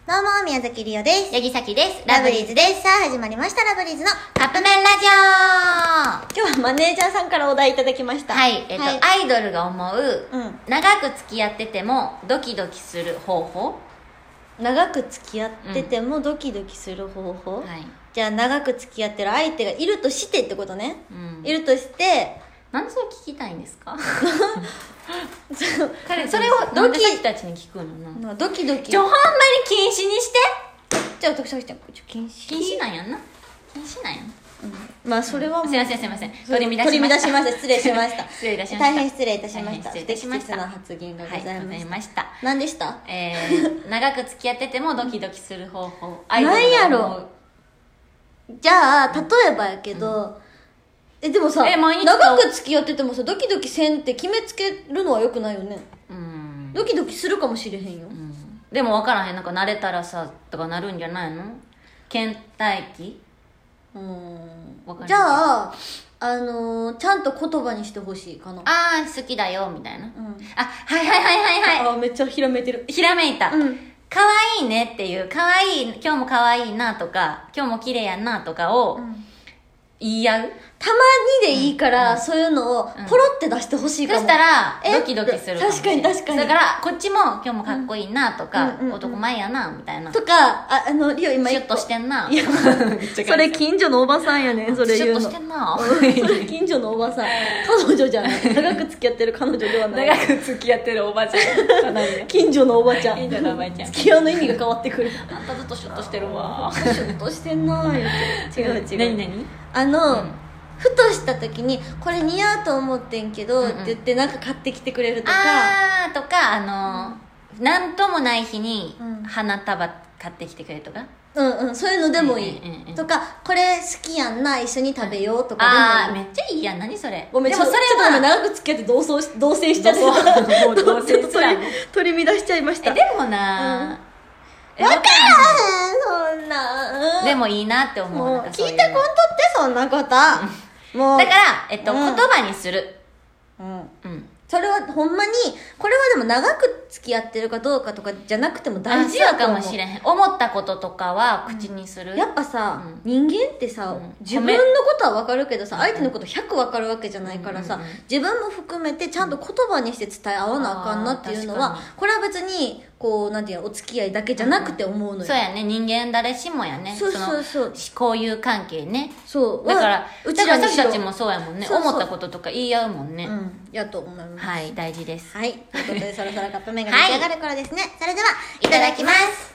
どうも、宮崎りおです。 八木崎です。 ラブリーズです。さあ、始まりました、ラブリーズのカップ麺ラジオ。 今日はマネージャーさんからお題いただきました。 はい、アイドルが思う、長く付き合っててもドキドキする方法。 長く付き合っててもドキドキする方法、はい。じゃあ、長く付き合ってる相手がいるとしてってことね。いるとして、 なんでそれ聞きたいんですか？それをドキたちに聞くのな。 ドキドキほんまに禁止にして。 じゃあ私禁止なんやんな。禁止なんやな。 まあそれはもう、 すいません取り乱しました。失礼しました。 失礼いたしました。 大変失礼いたしました。 不適切な発言がございました。 何でした？ 長く付き合っててもドキドキする方法。 何やろ。じゃあ例えばやけど、でもさ、長く付き合っててもさ、ドキドキせんって決めつけるのはよくないよね。ドキドキするかもしれへんよ。 でも分からへん。なんか慣れたらさとかなるんじゃないの？倦怠期。 じゃあちゃんと言葉にしてほしいかな。 あー好きだよみたいな。はいあ、めっちゃひらめいてる。 ひらめいた。可愛いねっていう、可愛い、今日も可愛いなとか、今日も綺麗やなとかを言い合う。 たまにでいいから、そういうのをポロって出してほしいかも。 そしたらドキドキするかもしれない。 確かに。 だからこっちも今日もかっこいいなとか、男前やなみたいなとか、リオ今シュッとしてんな。 それ近所のおばさんやねん。それ言うのシュッとしてんな。 それ近所のおばさん。彼女じゃない。長く付き合ってる彼女ではない。 長く付き合ってるおばちゃん。 近所のおばちゃん。 近所のおばちゃん。 付き合うの意味が変わってくる。 あんたずっとシュッとしてるわ。 シュッとしてんなー。違う。 何？ ふとした時にこれ似合うと思ってんけど、って言ってなんか買ってきてくれるとか、 なんともない日に花束買ってきてくれるとか、 そういうのでもいい、とか、これ好きやんな、一緒に食べようとかでもいい。 めっちゃいいやん。何それ。 ごめん、でもそれは長く付き合って同棲しちゃって取り乱しちゃいました。 でもな、 分からへん、そんな。 でもいいなって思う。 聞いてこんとってそんなこと。もうだから言葉にする。それはほんまに、これはでも長く付き合ってるかどうかとかじゃなくても大事だと思う。 かもしれへん。思ったこととかは口にする。 やっぱさ、人間ってさ、自分のことは分かるけどさ、相手のこと100分かるわけじゃないからさ、自分も含めてちゃんと言葉にして伝え合わなあかんなっていうのは、これは別にこうなんていうお付き合いだけじゃなくて思うのよ。 そうやね。人間誰しもやね。 そう交友関係ね。 そうだからうちらたちもそうやもんね。思ったこととか言い合うもんね。 やと思います。 はい、大事です。 はい、ということでそろそろカップ麺が出来上がる頃ですね。それではいただきます。